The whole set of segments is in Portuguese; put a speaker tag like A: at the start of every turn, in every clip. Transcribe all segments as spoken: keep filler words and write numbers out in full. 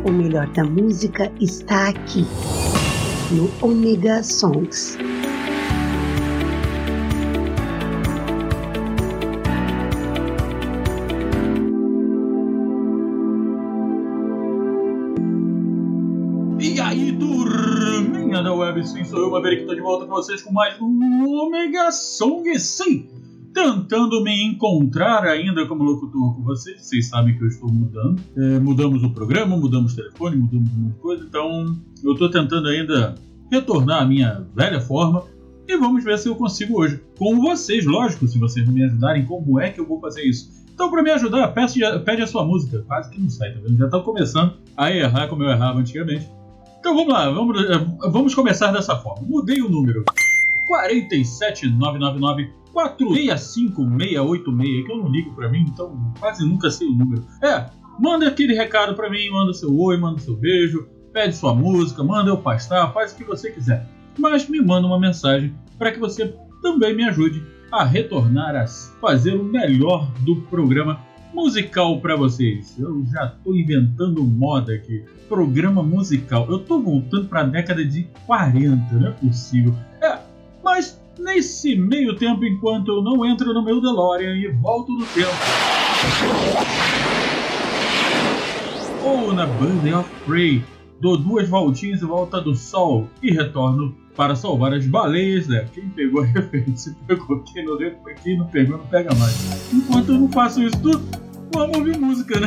A: O melhor da música está aqui, no Omega Songs.
B: E aí, turminha da web, sim, sou eu, Maverick, que estou de volta com vocês com mais um Omega Song, sim, tentando me encontrar ainda como locutor com vocês. Vocês sabem que eu estou mudando, é, mudamos o programa, mudamos o telefone, mudamos um monte de coisa, então eu estou tentando ainda retornar à minha velha forma e vamos ver se eu consigo hoje, com vocês, lógico, se vocês me ajudarem, como é que eu vou fazer isso? Então, para me ajudar, peço, pede a sua música, quase que não sai, tá vendo? Já está começando a errar como eu errava antigamente. Então vamos lá, vamos, vamos começar dessa forma. Mudei o número quatro sete nove nove nove quatro seis cinco seis oito seis, que eu não ligo pra mim, então quase nunca sei o número. É, manda aquele recado pra mim, manda seu oi, manda seu beijo, pede sua música, manda eu pastar, faz o que você quiser. Mas me manda uma mensagem para que você também me ajude a retornar a fazer o melhor do programa musical para vocês. Eu já tô inventando moda aqui. Programa musical. Eu tô voltando para a década de quarenta, não é possível. É, mas nesse meio tempo, enquanto eu não entro no meu DeLorean e volto no tempo, ou na Birds of Prey, dou duas voltinhas em volta do sol e retorno para salvar as baleias, né? Quem pegou a referência pegou, quem não, quem não pegou não pega mais. Enquanto eu não faço isso tudo, vamos ouvir música, né?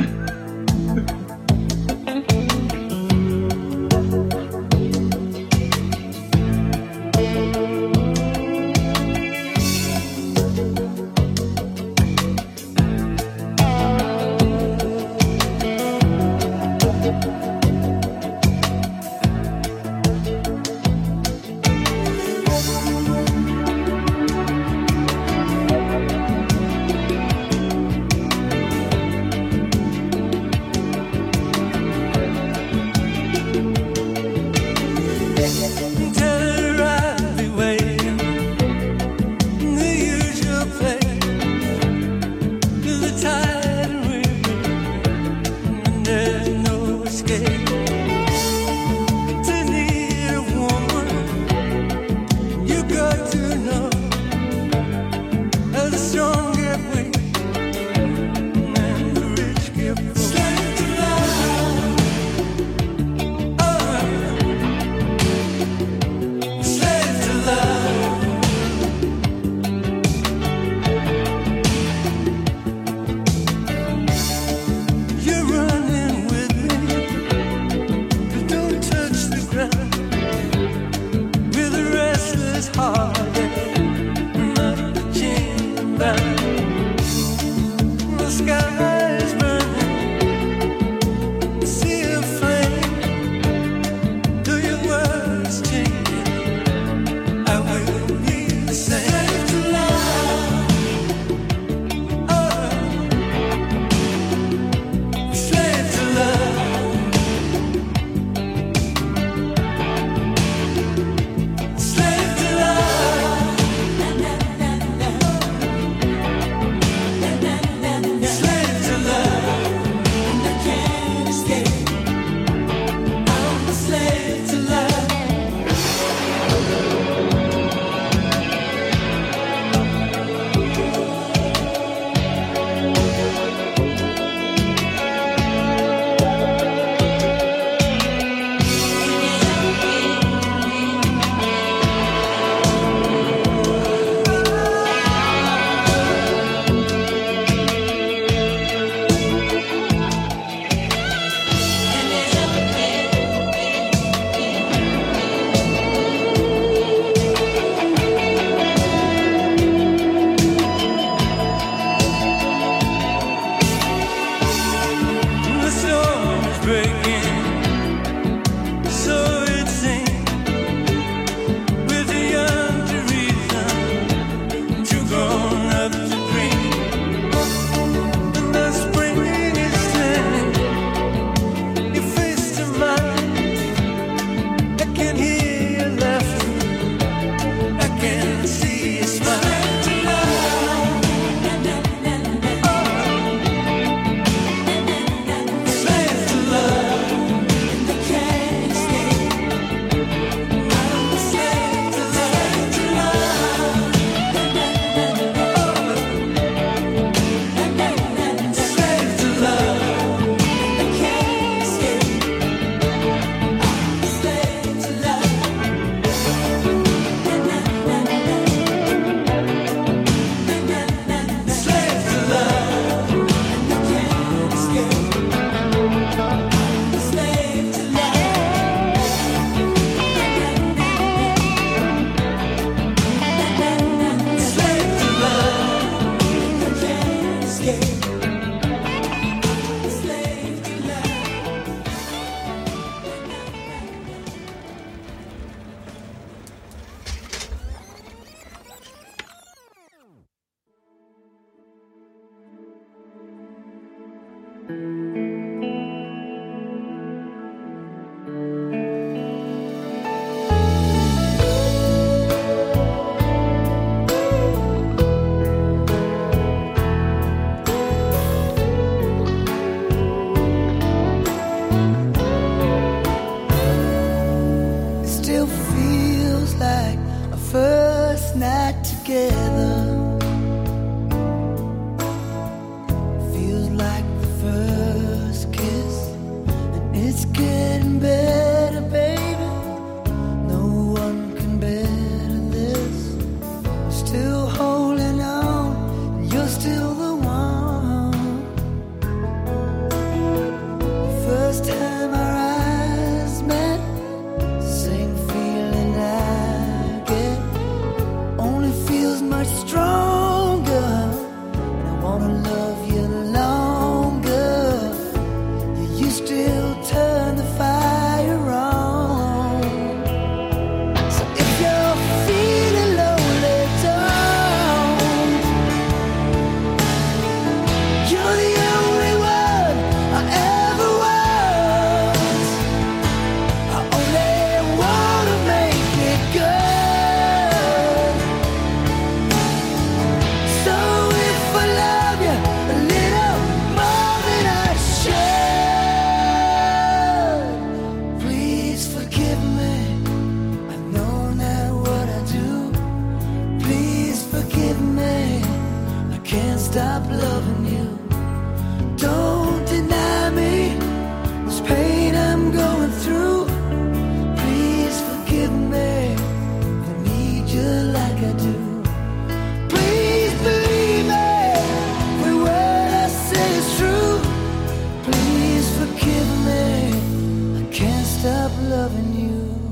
C: can't stop loving you. Don't deny me this pain I'm going through. Please forgive me, I need you like I do. Please believe me, every word I say is true. Please forgive me, I can't stop loving you.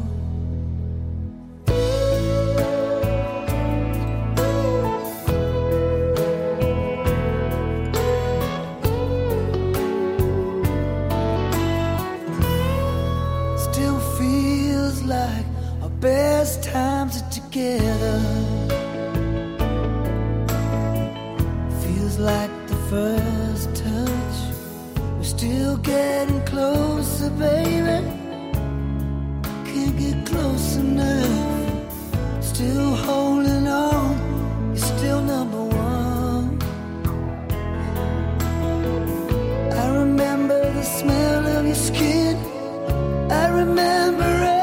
C: Best times are together. Feels like the first touch. We're still getting closer, baby. Can't get close enough. Still holding on. You're still number one. I remember the smell of your skin. I remember it.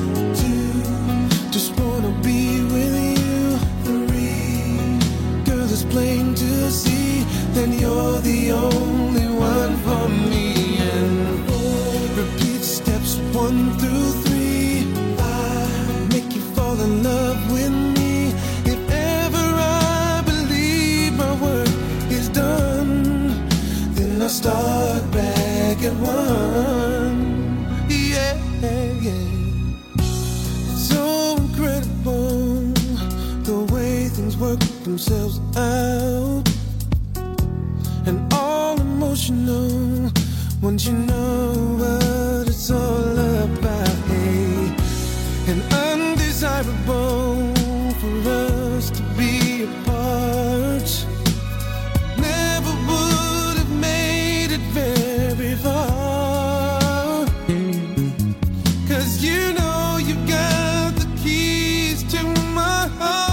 D: Just wanna be with you. Three, girl,
C: it's plain to see that you're the only one for me. And repeat steps one through three. I make you fall in love with me. If ever I believe my work is done, then I start back at one. Yeah, yeah. It's so incredible the way things work themselves out, and all emotional once you know what it's all about. Hey, and undesirable for us to be apart. Never would have made it very far, 'cause you know you got the keys to my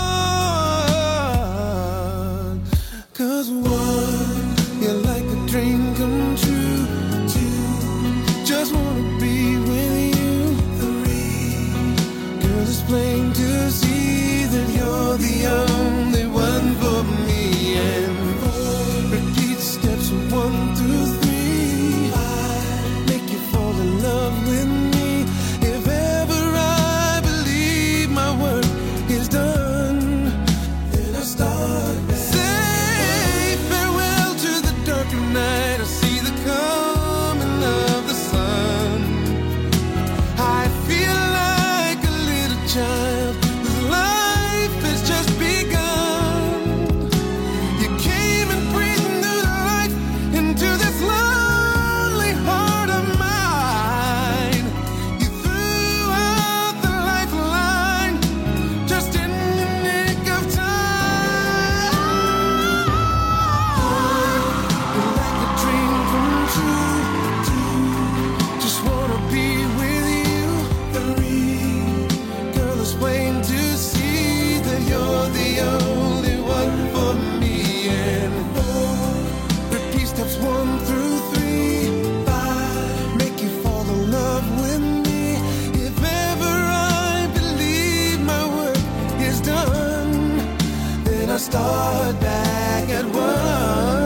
C: heart. 'Cause one, you're like a dream come true. Two, just wanna be with you. Three, girl, it's plain to see that you're the only one for me. And four, repeat steps one through three. Five, make you fall in love with me. If ever I believe my work is done, then I start back. Say farewell to the dark of night. I see the coming of the sun. I feel like a little child whose life has just begun. You came and breathed new life into this lonely heart of mine. You threw out the lifeline just in the nick of time. You're like a dream come true. Two, just wanna be with you. Three, girl, it's plain to see that you're the only one for me. And four, repeat steps one through three. Five, make you fall in love with me. If ever I believe my work is done, then I start back at one.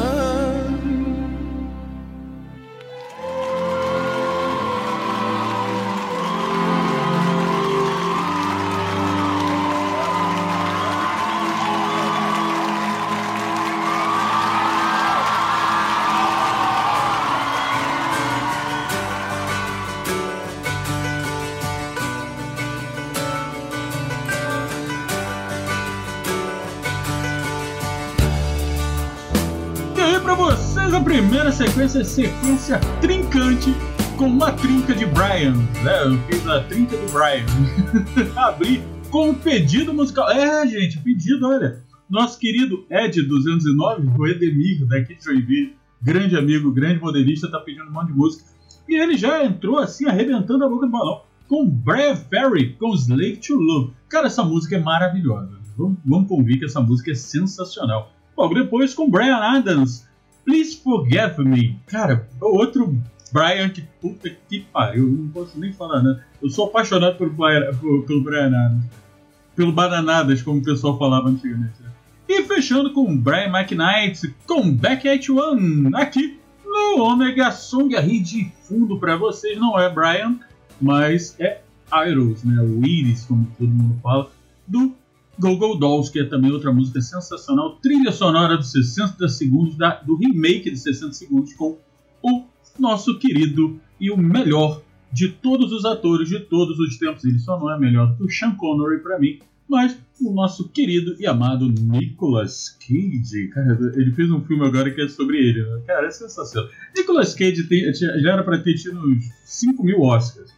B: E aí pra vocês, a primeira sequência é sequência trincante com uma trinca de Brian, né? Eu fiz a trinca de Brian. Abri com um pedido musical. É, gente, pedido, olha. Nosso querido Ed duzentos e nove, o Edemir daqui de Joinville, grande amigo, grande modelista, tá pedindo um monte de música. E ele já entrou assim, arrebentando a boca do balão, com Brian Ferry, com Slave to Love. Cara, essa música é maravilhosa. Vamos, vamos convir que essa música é sensacional. Logo depois com Bryan Adams, Please Forgive Me. Cara, outro Brian que puta que pariu, eu não posso nem falar nada. Eu sou apaixonado pelo, pelo, pelo Bryan Adams, pelo Bananadas, como o pessoal falava antigamente. E fechando com Brian McKnight, com Back at One, aqui no Omega Song. Aí de fundo pra vocês não é Brian, mas é Idols, né? O Iris, como todo mundo fala, do Go Go Dolls, que é também outra música sensacional, trilha sonora dos sessenta segundos, da, do remake de sessenta segundos, com o nosso querido e o melhor de todos os atores de todos os tempos. Ele só não é melhor que o Sean Connery pra mim, mas o nosso querido e amado Nicolas Cage. Cara, ele fez um filme agora que é sobre ele, né? Cara, é sensacional. Nicolas Cage tem, já era pra ter tido uns cinco mil Oscars.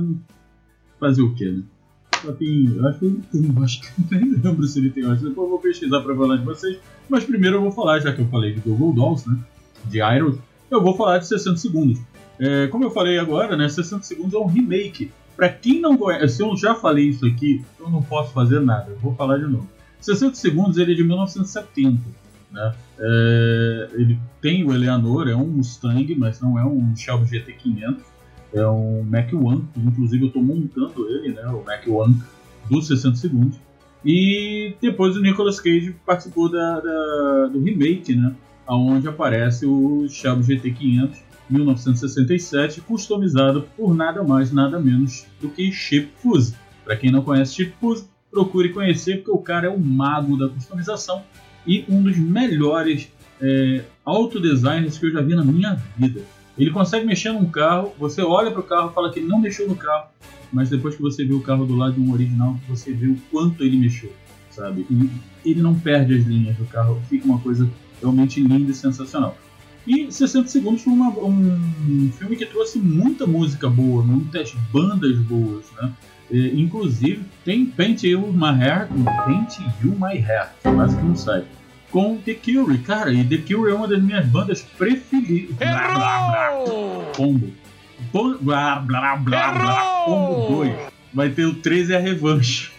B: Fazer o quê, né? Só tem, eu acho que ele tem, eu acho que nem lembro se ele tem Oscar. Depois eu vou pesquisar pra falar de vocês. Mas primeiro eu vou falar, já que eu falei de Go Go Dolls, né? De Idols, eu vou falar de sessenta segundos. É, como eu falei agora, né? sessenta segundos é um remake. Pra quem não conhece, se eu já falei isso aqui, eu não posso fazer nada. Eu vou falar de novo. sessenta segundos ele é de mil novecentos e setenta. Né? É, ele tem o Eleanor, é um Mustang, mas não é um Shelby G T quinhentos. É um Mach um, inclusive eu estou montando ele, né, o Mach um dos sessenta segundos. E depois o Nicolas Cage participou da, da, do remake, né? Onde aparece o Shelby G T quinhentos mil novecentos e sessenta e sete, customizado por nada mais, nada menos do que Chip Foose. Para quem não conhece Chip Foose, procure conhecer, porque o cara é o mago da customização e um dos melhores é, autodesigners que eu já vi na minha vida. Ele consegue mexer num carro, você olha para o carro e fala que ele não mexeu no carro, mas depois que você vê o carro do lado de um original, você vê o quanto ele mexeu, sabe? E ele não perde as linhas do carro, fica uma coisa realmente linda e sensacional. E sessenta segundos foi uma, um filme que trouxe muita música boa, muitas bandas boas, né? E, inclusive tem Paint You My Hair, Paint You My Hair, quase que não sai, com The Cure, cara, e The Cure é uma das minhas bandas preferidas. Blá, blá, blá. Combo. Blá, blá, blá, blá, blá. Combo dois. Vai ter o três e a revanche.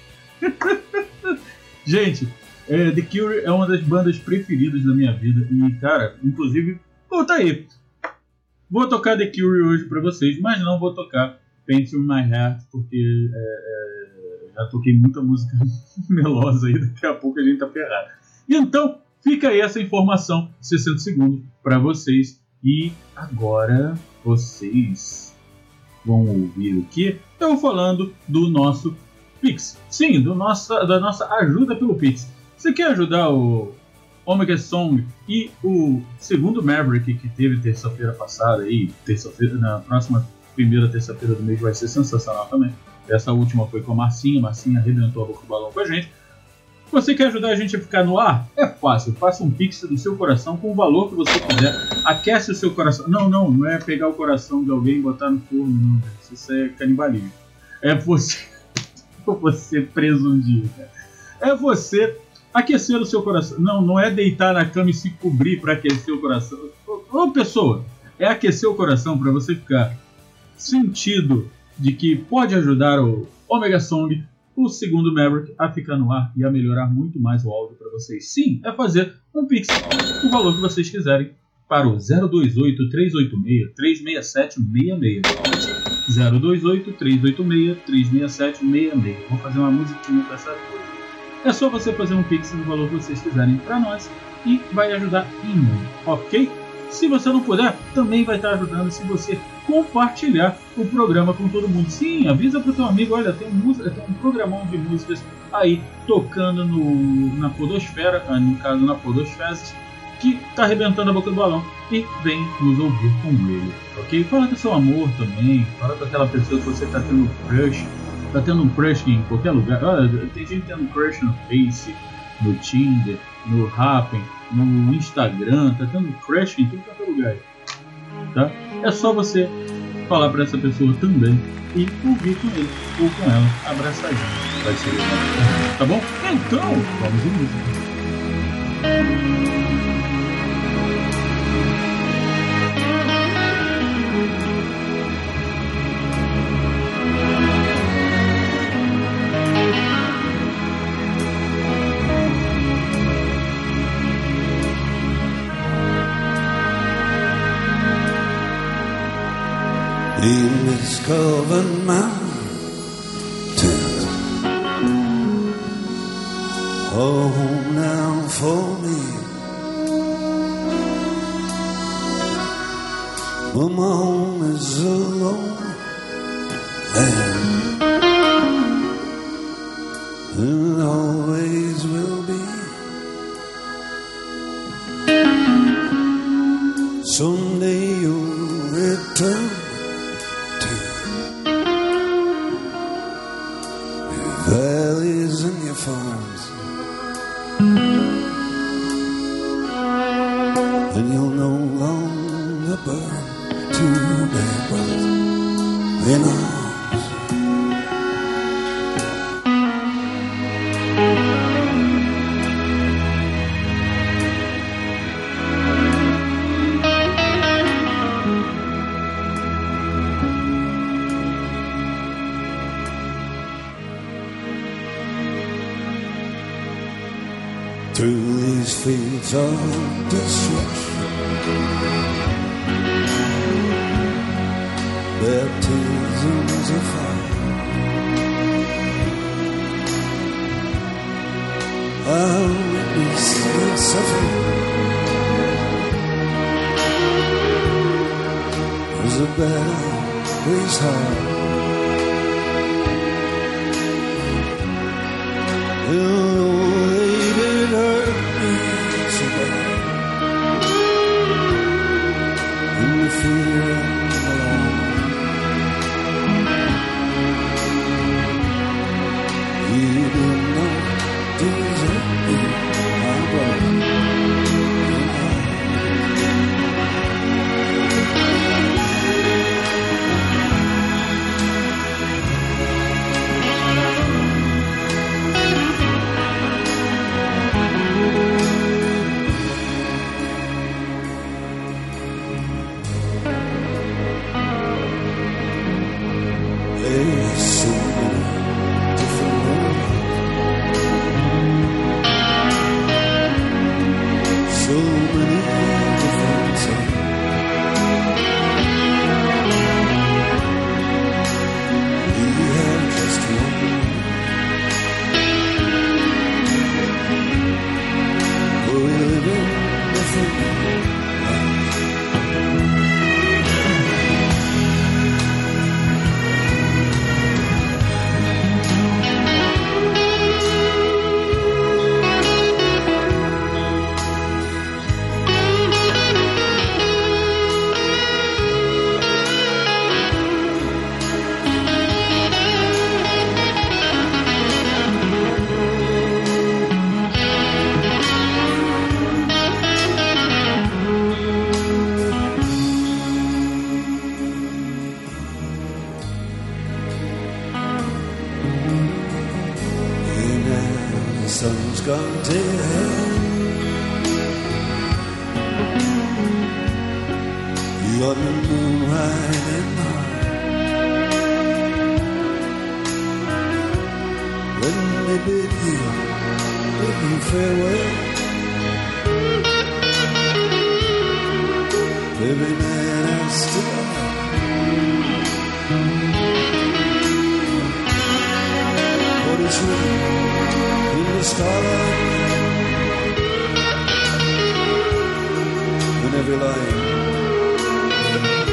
B: Gente, é, The Cure é uma das bandas preferidas da minha vida. E, cara, inclusive, pô, tá aí. Vou tocar The Cure hoje pra vocês, mas não vou tocar Paint You My Heart, porque é, é, já toquei muita música melosa aí, daqui a pouco a gente tá ferrado. Então, fica aí essa informação de sessenta segundos para vocês. E agora vocês vão ouvir o que? Eu falando do nosso Pix. Sim, do nossa, da nossa ajuda pelo Pix. Você quer ajudar o Omega Song e o segundo Maverick que teve terça-feira passada aí, terça-feira, na próxima primeira terça-feira do mês vai ser sensacional também. Essa última foi com a Marcinha, Marcinha arrebentou a boca do balão com a gente. Você quer ajudar a gente a ficar no ar? É fácil, faça um pix do seu coração com o valor que você quiser. Aquece o seu coração. Não, não, não é pegar o coração de alguém e botar no forno, não. Isso é canibalismo. É você, você preso um dia, cara. É você aquecer o seu coração. Não, não é deitar na cama e se cobrir para aquecer o coração. Ô, pessoa, é aquecer o coração para você ficar sentido de que pode ajudar o Omega Song, o segundo Maverick, a ficar no ar e a melhorar muito mais o áudio para vocês. Sim, é fazer um pix, o valor que vocês quiserem, para o zero dois oito, três oito seis, três seis sete, seis seis. zero dois oito, três oito seis, três seis sete, seis seis. Vou fazer uma musiquinha com essa coisa. É só você fazer um pix do valor que vocês quiserem para nós e vai ajudar em muito, ok? Se você não puder, também vai estar ajudando se você compartilhar o programa com todo mundo. Sim, avisa pro teu amigo, olha, tem, música, tem um programão de músicas aí tocando no, na podosfera, no caso na podosfezes, que tá arrebentando a boca do balão, e vem nos ouvir com ele, ok? Fala com seu amor também, fala com aquela pessoa que você tá tendo crush, tá tendo um crush em qualquer lugar. Olha, tem gente tendo crush no Face, no Tinder, no Happn, no Instagram, tá tendo crush em tudo quanto é lugar, tá? É só você falar para essa pessoa também e ouvir com ele ou com ela, abraçadinho. Vai ser legal, tá bom? Então, vamos de música.
C: In this covered mountain, home now for me. But my home is alone, and it always will be. Someday you'll return valleys and your farms, and you'll no longer burn two bad brothers in arms. Through these fields of destruction, baptisms of fire, I'll witness your suffering. There's a battle raised hard. Oh, it did hurt me so bad. In the fear of the Lord, you did not desert me, my brother. Sun's gone down. You got the moon riding high. When they bid you, bid you farewell, every night I still what is written in the starlight, in every line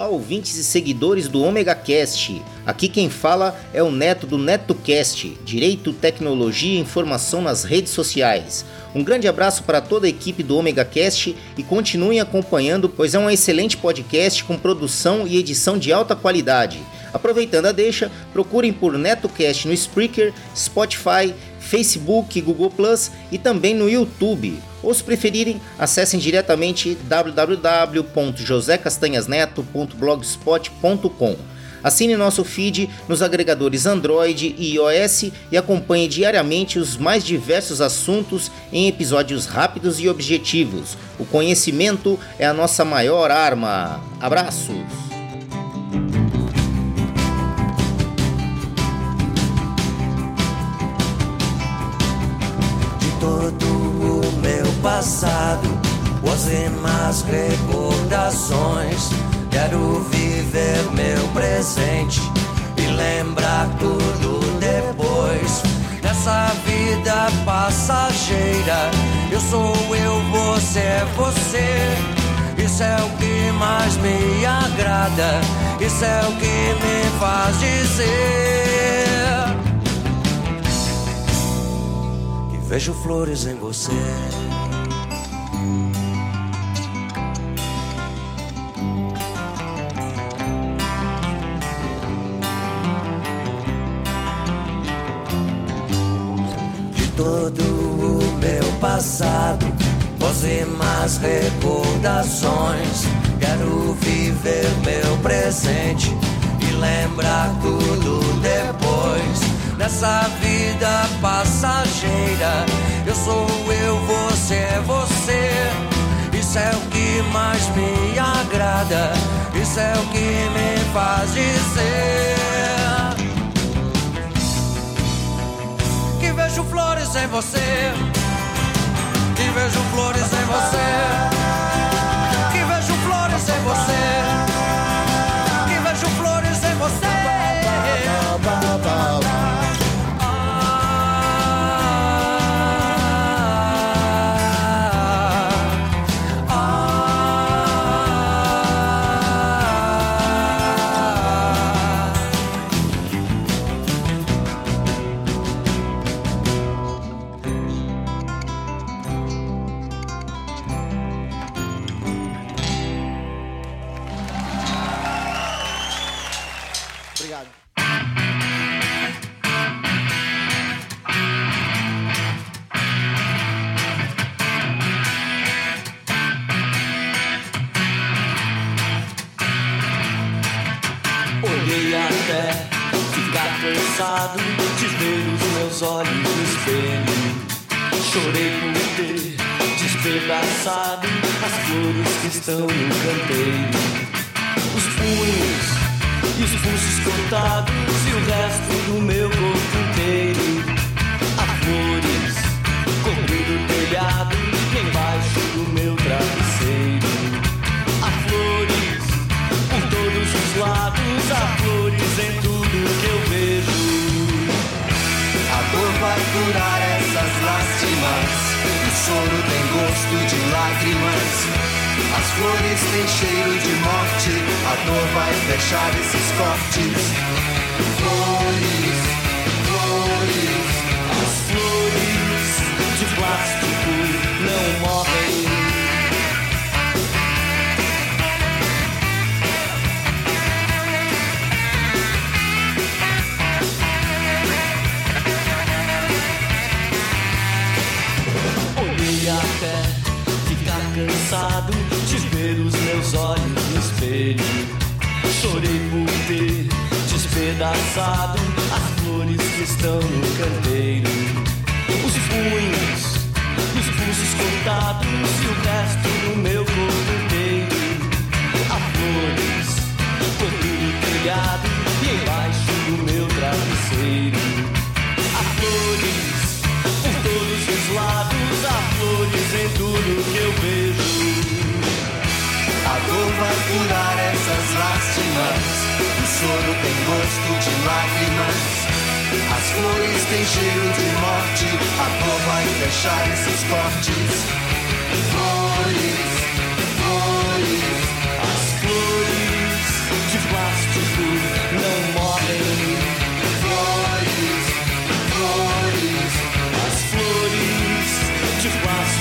D: ouvintes e seguidores do OmegaCast. Aqui quem fala é o Neto do NetoCast, Direito, Tecnologia e Informação nas redes sociais. Um grande abraço para toda a equipe do OmegaCast e continuem acompanhando, pois é um excelente podcast com produção e edição de alta qualidade. Aproveitando a deixa, procurem por NetoCast no Spreaker, Spotify, Facebook, Google Plus e também no YouTube. Ou se preferirem, acessem diretamente w w w ponto josé castanhas neto ponto blogspot ponto com. Assine nosso feed nos agregadores Android e iOS e acompanhe diariamente os mais diversos assuntos em episódios rápidos e objetivos. O conhecimento é a nossa maior arma. Abraços!
C: Passado, as recordações. Quero viver meu presente e lembrar tudo depois. Nessa vida passageira, eu sou eu, você é você. Isso é o que mais me agrada, isso é o que me faz dizer que vejo flores em você. Todo o meu passado, mais recordações. Quero viver meu presente e lembrar tudo depois. Nessa vida passageira, eu sou eu, você é você. Isso é o que mais me agrada, isso é o que me faz dizer que vejo flores em você, que vejo flores em você, que vejo flores em você, que vejo flores em você.
E: De ver os meus olhos no espelho, chorei por ter despedaçado as flores que estão no canteiro, os punhos e os pulsos cortados e o resto do meu corpo inteiro. Há flores cobrindo o telhado e embaixo do meu travesseiro. Há flores por todos os lados, há flores em tudo que eu vejo.
C: A dor vai curar essas lástimas, o choro tem gosto de lágrimas, as flores têm cheiro de morte, a dor vai fechar esses cortes. Flores, flores,
E: as flores de plástico não morrem. Até ficar cansado de ver os meus olhos no espelho, chorei por ter despedaçado as flores que estão no canteiro, os punhos e os pulsos cortados e o resto do meu corpo inteiro. Há flores cobrindo o telhado e embaixo do meu travesseiro. Há flores por todos os lados, há flores em tudo que eu vejo.
C: A dor vai curar essas lástimas, o choro tem gosto de lágrimas, as flores têm cheiro de morte, a dor vai fechar esses cortes. Flores, flores,
E: as flores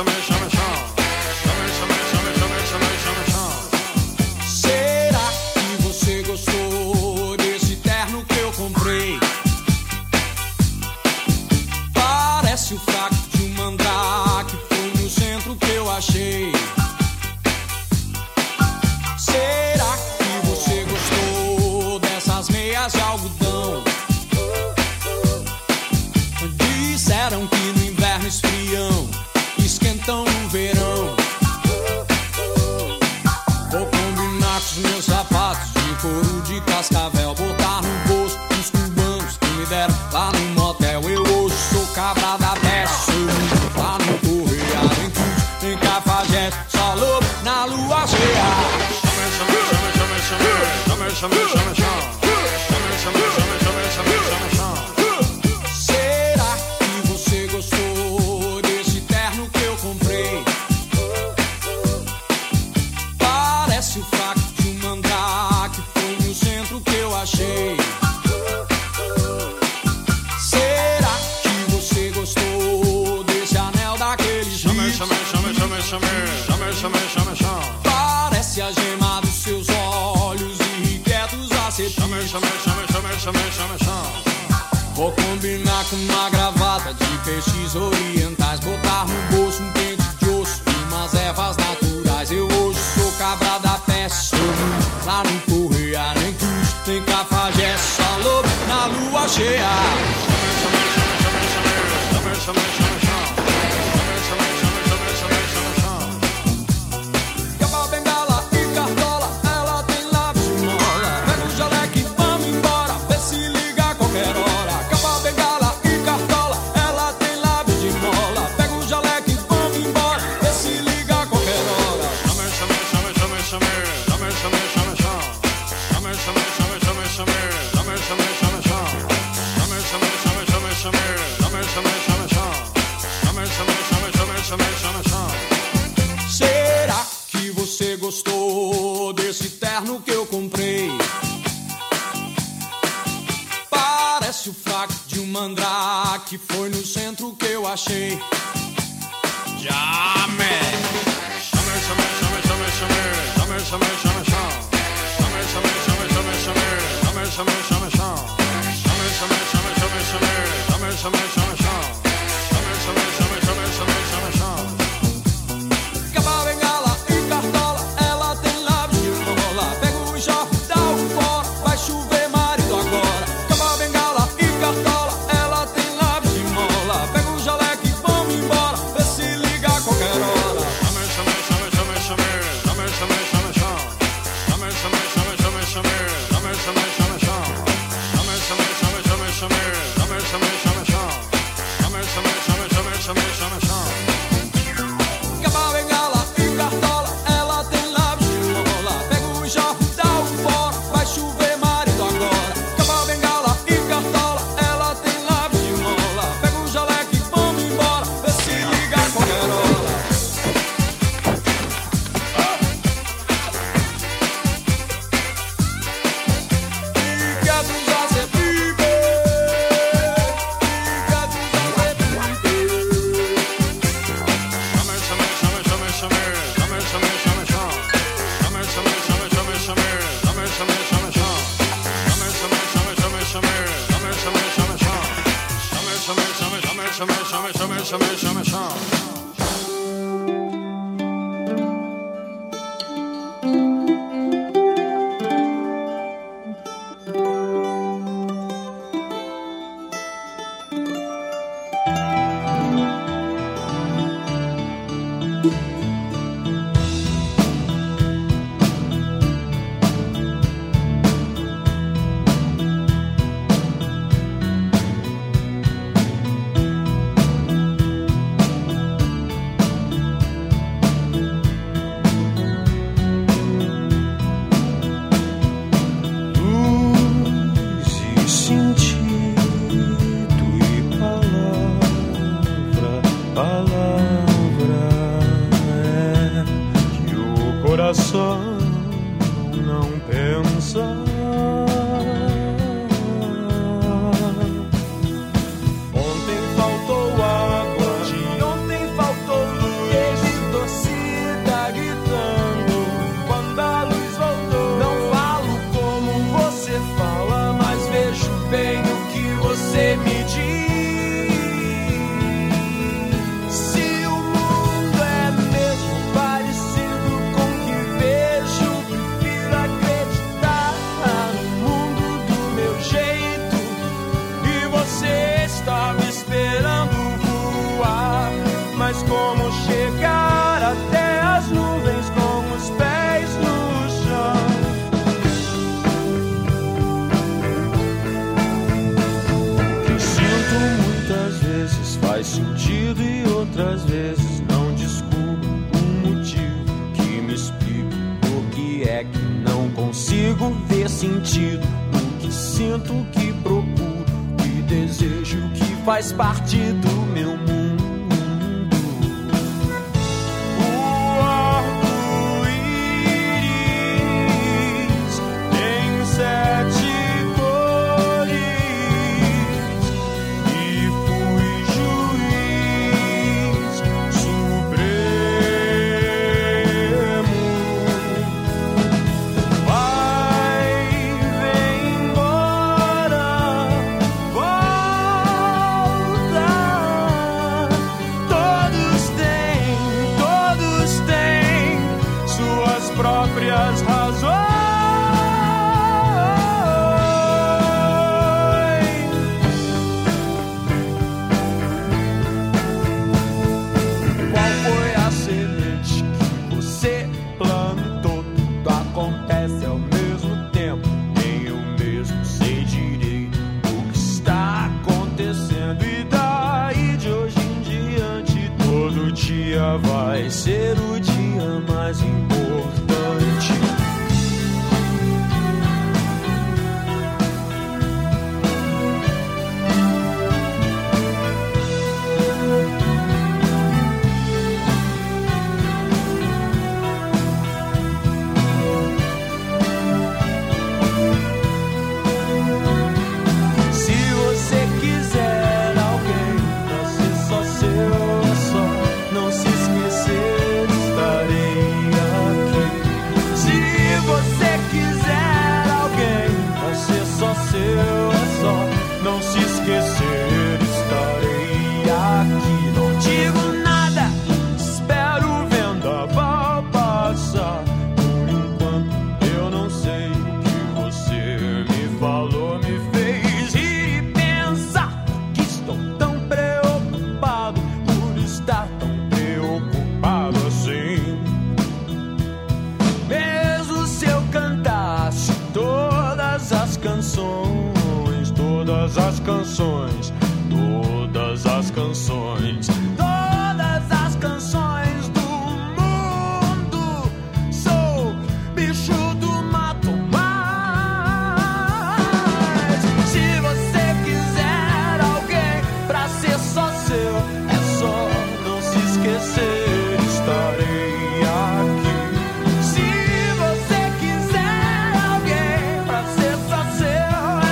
F: chame, chame, chame. Chame, chame, chame, chame, chame, chame, chame.
C: Será que você gostou desse terno que eu comprei? Parece o fraco de um mandrake, foi no centro que eu achei. Será que você gostou dessas meias de algodão? Disseram que no inverno esfriam, esquentam no verão. Vou combinar com os meus sapatos de couro de cascavel, botar no bolso dos cubanos que me deram lá no motel. Eu hoje sou cabra da peste, sou lá no Correia, nem Cruz, nem Cafajeste, só lobo na lua cheia.
F: Chame, chame, chame, chame, chame, chame, chame, chame, chame. Chame, chame, chame, chame, chame, chame, chame.
C: Será que você gostou desse terno que eu comprei? Parece o fraco de um mandrake, foi no centro que eu achei. Será que você gostou desse anel daqueles
F: Chame,
C: rios?
F: chame, chame, chame, chame, chame, chame, chame, chame.
C: Parece a gema dos seus olhos irrequietos a ser
F: Chame, chame, chame, chame, chame, chame, chame.
C: Vou combinar com uma gravata de peixes orientais, botar no bolso um pente de osso e umas ervas naturais. Eu hoje sou cabra da peste, sou muito lá no Correia, nem Cruz, nem Cafajeste, só lobo na lua cheia.
F: Chame, chame, chame, chame, chame, chame, chame, chame. Chame, chame, chame, chame, chame, chame.
C: Capa, bengala e cartola, ela tem lábios de mola. Pega o jaleque, vamos embora, vê se liga a qualquer hora. Capa, bengala e cartola, ela tem lábios de mola. Pega o jaleque, vamos embora, vê se liga a qualquer hora.
F: Chame, chame, chame, chame, chame. Chame, chame, chame, chame. Chame, chame, chame, chame, chame. Chame, chame, chame, chame. Chame, chame, chame, chame, chame. Chame, chame, chame, chame. Chame, chame, chame, chame, chame, chame, chame.
C: Será que você gostou desse terno que eu comprei? Parece o fraco de um mandrake, foi no centro que eu achei.
F: Chame. Chame, chame, chame, chame, chame. Chame, chame, chame, chame. Chame, chame, chame, chame, chame. Chame, chame, chame, chame. Chame, chame, chame, chame, chame. Chame, chame, chame, chame. Chame, chame, chame, chame, chame, chame, chame.
C: Capa, bengala e cartola, ela tem lábios de mola. Pega o enxofre, dá o fora, vai chover marido agora. Capa, bengala e cartola, ela tem lábios de mola. Pega o jaleque, vamos embora, vê se liga a qualquer hora.
F: Chame, chame, chame, chame, chame. Chame, chame, chame, chame. Chame, chame, chame, chame, chame. Chame, chame, chame, chame. Chame, chame, chame, chame, chame. Chame, chame, chame, chame. Chame, chame, chame, chame, chame, chame, chame.
C: Capa, bengala e cartola, ela tem lábios de mola. Pega o enxofre, dá o fora, vai chover marido agora. Capa, bengala e cartola, ela tem lábios de mola. Pega o jaleque, vamos embora, vê se liga a qualquer hora. Fica dos azebibe, fica dos azebibe.
F: Chame, chame, chame, chame, chame. Chame, chame, chame, chame. Chame, chame, chame, chame, chame. Chame, chame, chame, chame. Chame, chame, chame, chame, chame. Chame, chame, chame, chame. Chame, chame, chame, chame, chame, chame, chame, chame, chame, chame.
G: verdade é que não consigo ver sentido no que sinto, o que procuro, o que desejo, o que faz parte do meu mundo. O arco-íris tem sete próprias razões. Qual foi a semente que você plantou? Tudo acontece ao mesmo tempo, nem eu mesmo sei direito o que está acontecendo. E daí de hoje em diante, todo dia vai ser o dia mais importante. Todas as canções, todas as canções, todas as canções do mundo. Sou bicho do mato, mas se você quiser alguém pra ser só seu, é só não se esquecer, estarei aqui. Se você quiser alguém pra ser só seu,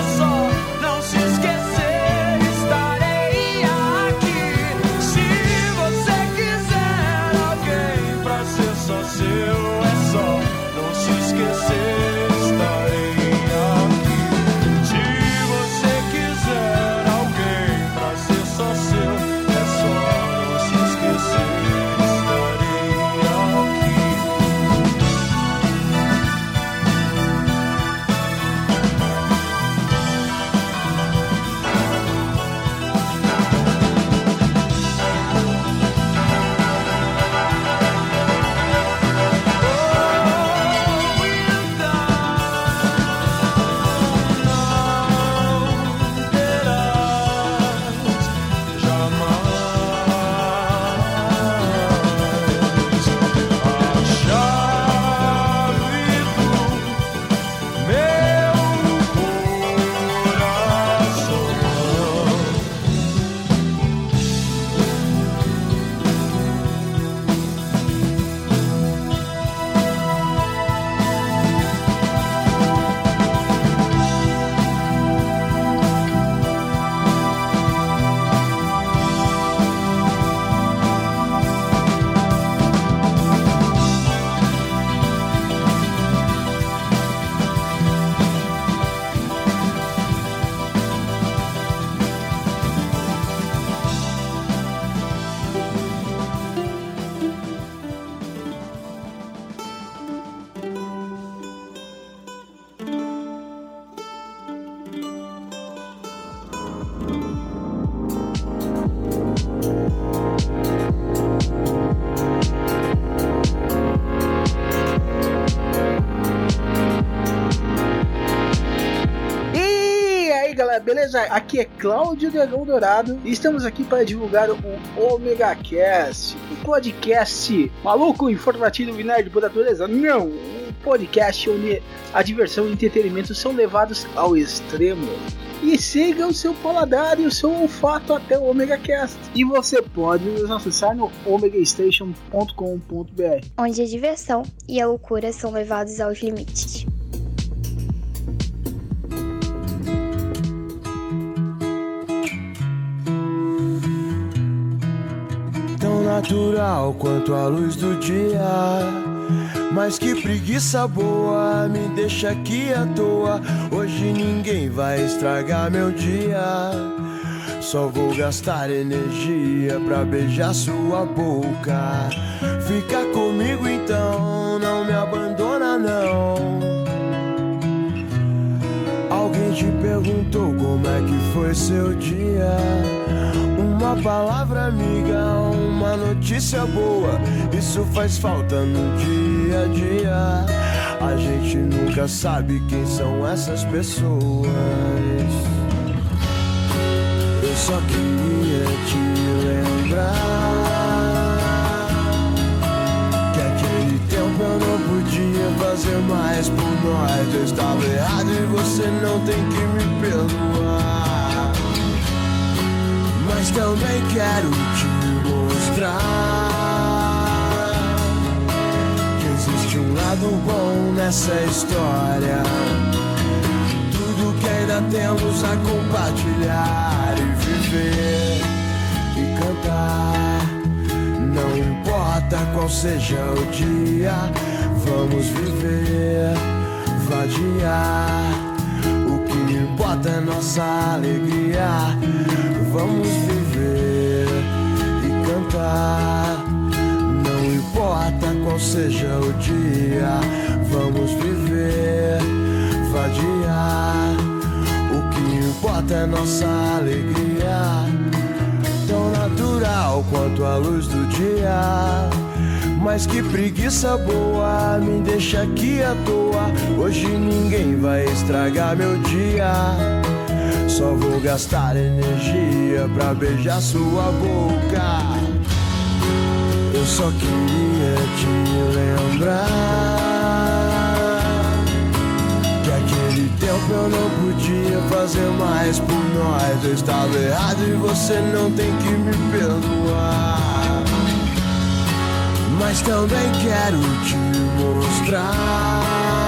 H: beleza? Aqui é Cláudio Dragão Dourado e estamos aqui para divulgar o Omega Cast, um podcast maluco, informativo e nerd por natureza. Não, um podcast onde a diversão e o entretenimento são levados ao extremo. E siga o seu paladar e o seu olfato até o OmegaCast. E você pode nos acessar no omega station ponto com ponto b r,
I: onde a diversão e a loucura são levados aos limites.
G: Tão natural quanto a luz do dia, mas que preguiça boa, me deixa aqui à toa. Hoje ninguém vai estragar meu dia, só vou gastar energia pra beijar sua boca. Fica comigo então, não me abandona não. Alguém te perguntou como é que foi seu dia? Uma palavra amiga, uma notícia boa, isso faz falta no dia a dia. A gente nunca sabe quem são essas pessoas. Eu só queria te lembrar que aquele tempo eu não podia fazer mais por nós. Eu estava errado e você não tem que me perdoar. Mas também quero te mostrar que existe um lado bom nessa história. Tudo que ainda temos a compartilhar e viver e cantar. Não importa qual seja o dia, vamos viver, vadiar. O que importa é nossa alegria. Vamos viver e cantar. Não importa qual seja o dia, vamos viver, vadiar. O que importa é nossa alegria. Tão natural quanto a luz do dia, mas que preguiça boa, me deixa aqui à toa. Hoje ninguém vai estragar meu dia, só vou gastar energia pra beijar sua boca. Eu só queria te lembrar que aquele tempo eu não podia fazer mais por nós. Eu estava errado e você não tem que me perdoar. Mas também quero te mostrar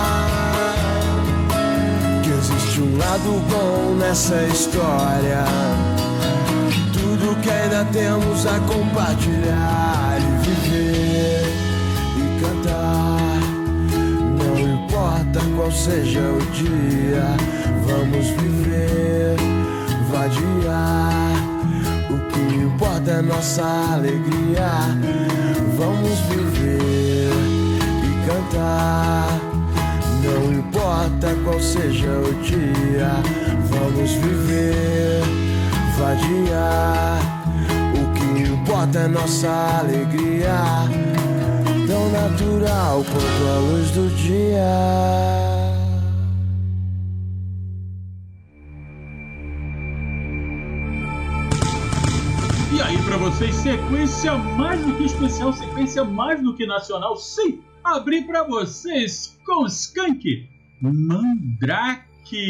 G: que existe um lado bom nessa história. Tudo que ainda temos a compartilhar e viver e cantar. Não importa qual seja o dia, vamos viver, vadiar. O que importa é nossa alegria. Vamos viver e cantar. Não importa qual seja o dia, vamos viver, vadiar. O que importa é nossa alegria. Tão natural quanto a luz do dia.
B: E aí pra vocês, sequência mais do que especial, sequência mais do que nacional, sim! Abri pra vocês com Skank, Mandrake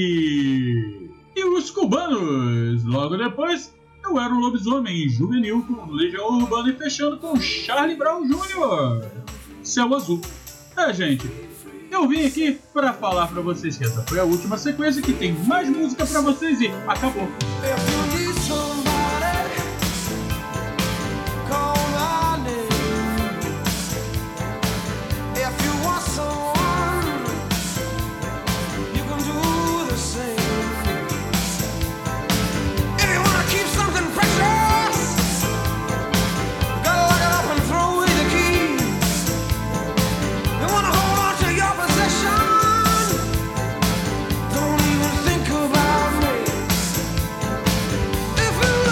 B: e os cubanos. Logo depois, eu era um lobisomem juvenil com Legião Urbana e fechando com Charlie Brown Júnior Céu Azul. É, gente, eu vim aqui pra falar pra vocês que essa foi a última sequência, que tem mais música pra vocês e acabou.
C: If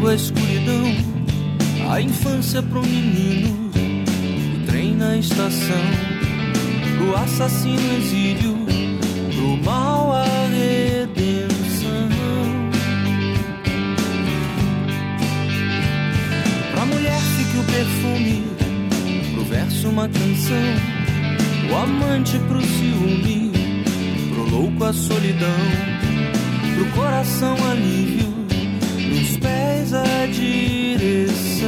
E: cego à escuridão, a infância pro menino, o trem na estação, pro assassino exílio, pro mal a redenção. Pra mulher fique o perfume, pro verso uma canção, o amante pro ciúme, pro louco a solidão, pro coração alívio, nos pés a direção.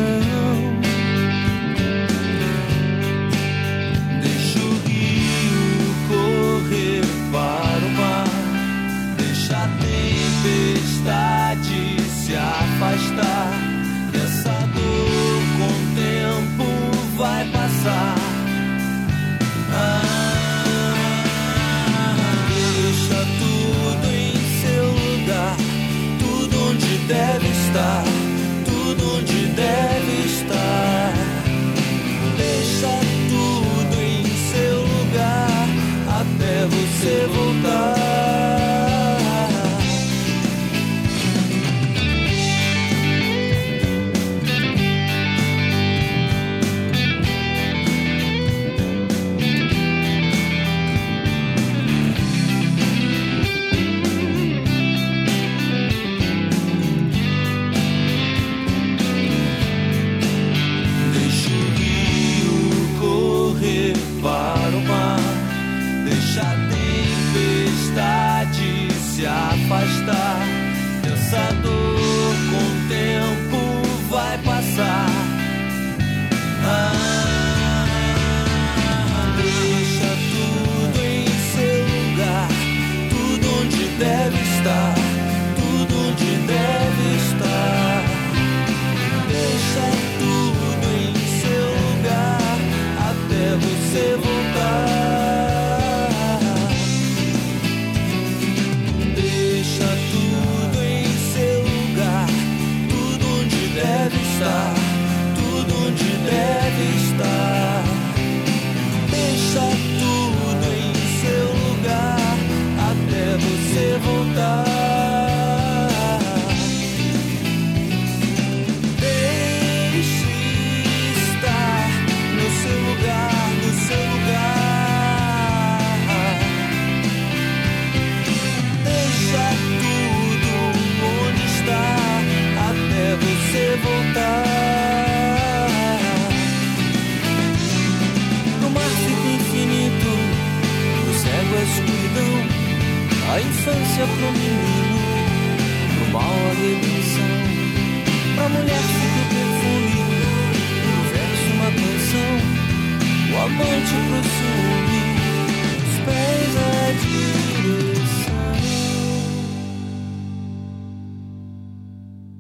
E: Deixa o rio correr para o mar, deixa a tempestade se afastar, que essa dor com o tempo vai passar. Deixa tudo em seu lugar, tudo onde deve estar, tudo onde deve estar. Deixa tudo em seu lugar, até você voltar. Para o mar, deixa a tempestade se afastar, essa dor com o tempo vai passar. Ah, deixa tudo em seu lugar, tudo onde deve estar, tudo onde deve estar. Deixa tudo em seu lugar, até você voltar. Deixa tudo em seu lugar, tudo onde deve estar, tudo onde deve estar. Deixa tudo em seu lugar, até você voltar. A infância pro menino,